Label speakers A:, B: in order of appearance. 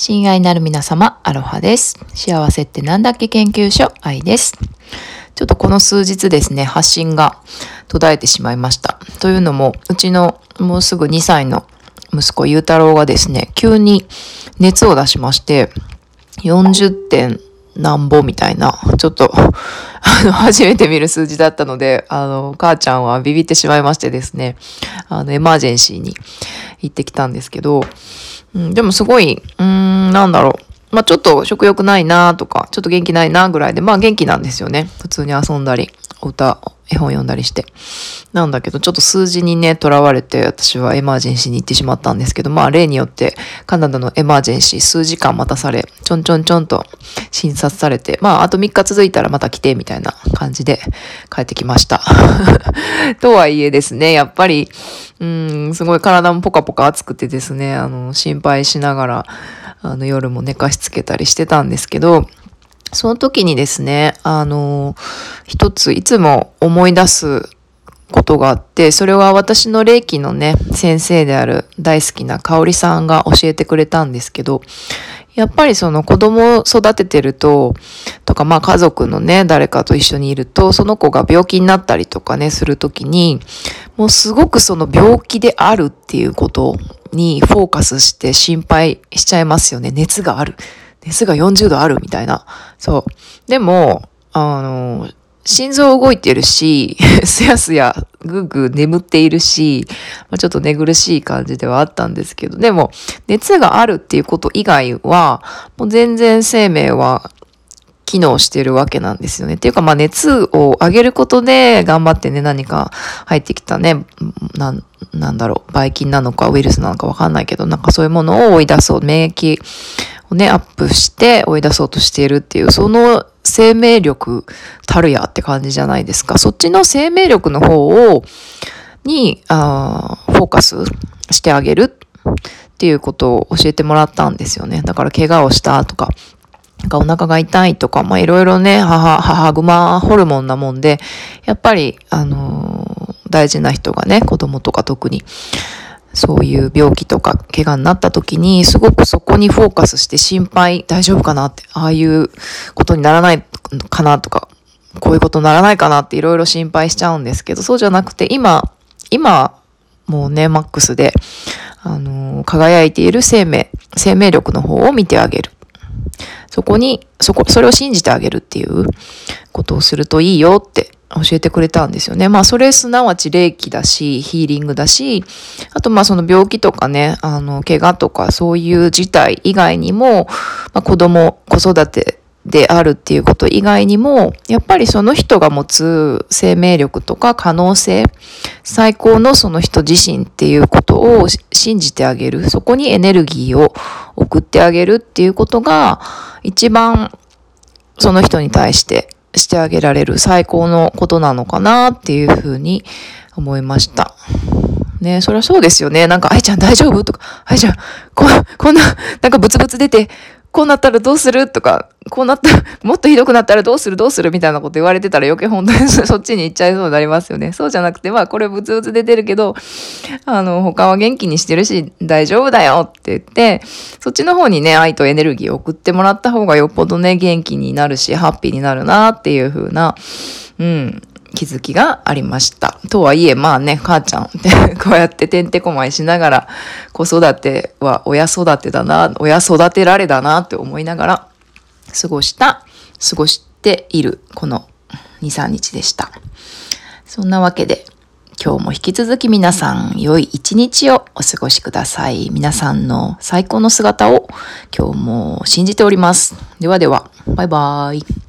A: 親愛なる皆様、アロハです。幸せってなんだっけ研究所、愛です。ちょっとこの数日ですね、発信が途絶えてしまいました。というのも、うちのもうすぐ2歳の息子、ゆうたろうがですね、急に熱を出しまして、40点なんぼみたいな、ちょっと、初めて見る数字だったので、母ちゃんはビビってしまいましてですね、エマージェンシーに行ってきたんですけど、でもすごい、なんだろう。ちょっと食欲ないなとか、ちょっと元気ないなぐらいで、元気なんですよね。普通に遊んだり、絵本読んだりして。なんだけど、ちょっと数字にね、囚われて、私はエマージェンシーに行ってしまったんですけど、例によって、カナダのエマージェンシー数時間待たされ、ちょんと診察されて、あと3日続いたらまた来て、みたいな感じで帰ってきました。とはいえですね、やっぱり、すごい体もポカポカ熱くてですね、心配しながら、夜も寝かしつけたりしてたんですけど、その時にですね、一ついつも思い出すことがあって、それは私の霊気のね、先生である大好きな香織さんが教えてくれたんですけど、やっぱりその子供を育ててるとか家族のね、誰かと一緒にいると、その子が病気になったりとかね、するときに、もうすごくその病気であるっていうことにフォーカスして心配しちゃいますよね。熱が40度あるみたいな。そう。でも、心臓動いてるし、すやすやぐぐ眠っているし、ちょっと寝苦しい感じではあったんですけど、でも、熱があるっていうこと以外は、もう全然生命は機能してるわけなんですよね。っていうか、熱を上げることで頑張ってね、何か入ってきたね、なんだろう、ばい菌なのかウイルスなのかわかんないけど、そういうものを追い出そう、免疫をね、アップして追い出そうとしているっていう、その生命力たるやって感じじゃないですか。そっちの生命力の方に、フォーカスしてあげるっていうことを教えてもらったんですよね。だから怪我をしたとか、お腹が痛いとか、いろいろね、母グマホルモンなもんで、やっぱり、大事な人がね、子供とか特に、そういう病気とか怪我になった時に、すごくそこにフォーカスして心配、大丈夫かなって、ああいうことにならないかなとか、こういうことにならないかなっていろいろ心配しちゃうんですけど、そうじゃなくて、今、もうね、マックスで、輝いている生命力の方を見てあげる。それを信じてあげるっていうことをするといいよって教えてくれたんですよね。それすなわち霊気だし、ヒーリングだし、あとその病気とかね、怪我とかそういう事態以外にも、子育てであるっていうこと以外にも、やっぱりその人が持つ生命力とか可能性、最高のその人自身っていうことを信じてあげる。そこにエネルギーを送ってあげるっていうことが、一番その人に対してしてあげられる最高のことなのかなっていうふうに思いました。ね、そりゃそうですよね。愛ちゃん大丈夫とか、愛ちゃん、こんな、ブツブツ出て、こうなったらどうするとか、こうなったら、もっとひどくなったらどうするみたいなこと言われてたら余計本当にそっちに行っちゃいそうになりますよね。そうじゃなくて、これブツブツ出てるけど、他は元気にしてるし、大丈夫だよって言って、そっちの方にね、愛とエネルギーを送ってもらった方がよっぽどね、元気になるし、ハッピーになるなっていう風な、気づきがありました。とはいえ、母ちゃんってこうやっててんてこまいしながら、子育ては親育てられだなって思いながら過ごしているこの2、3日でした。そんなわけで、今日も引き続き皆さん良い一日をお過ごしください。皆さんの最高の姿を今日も信じております。ではでは、バイバイ。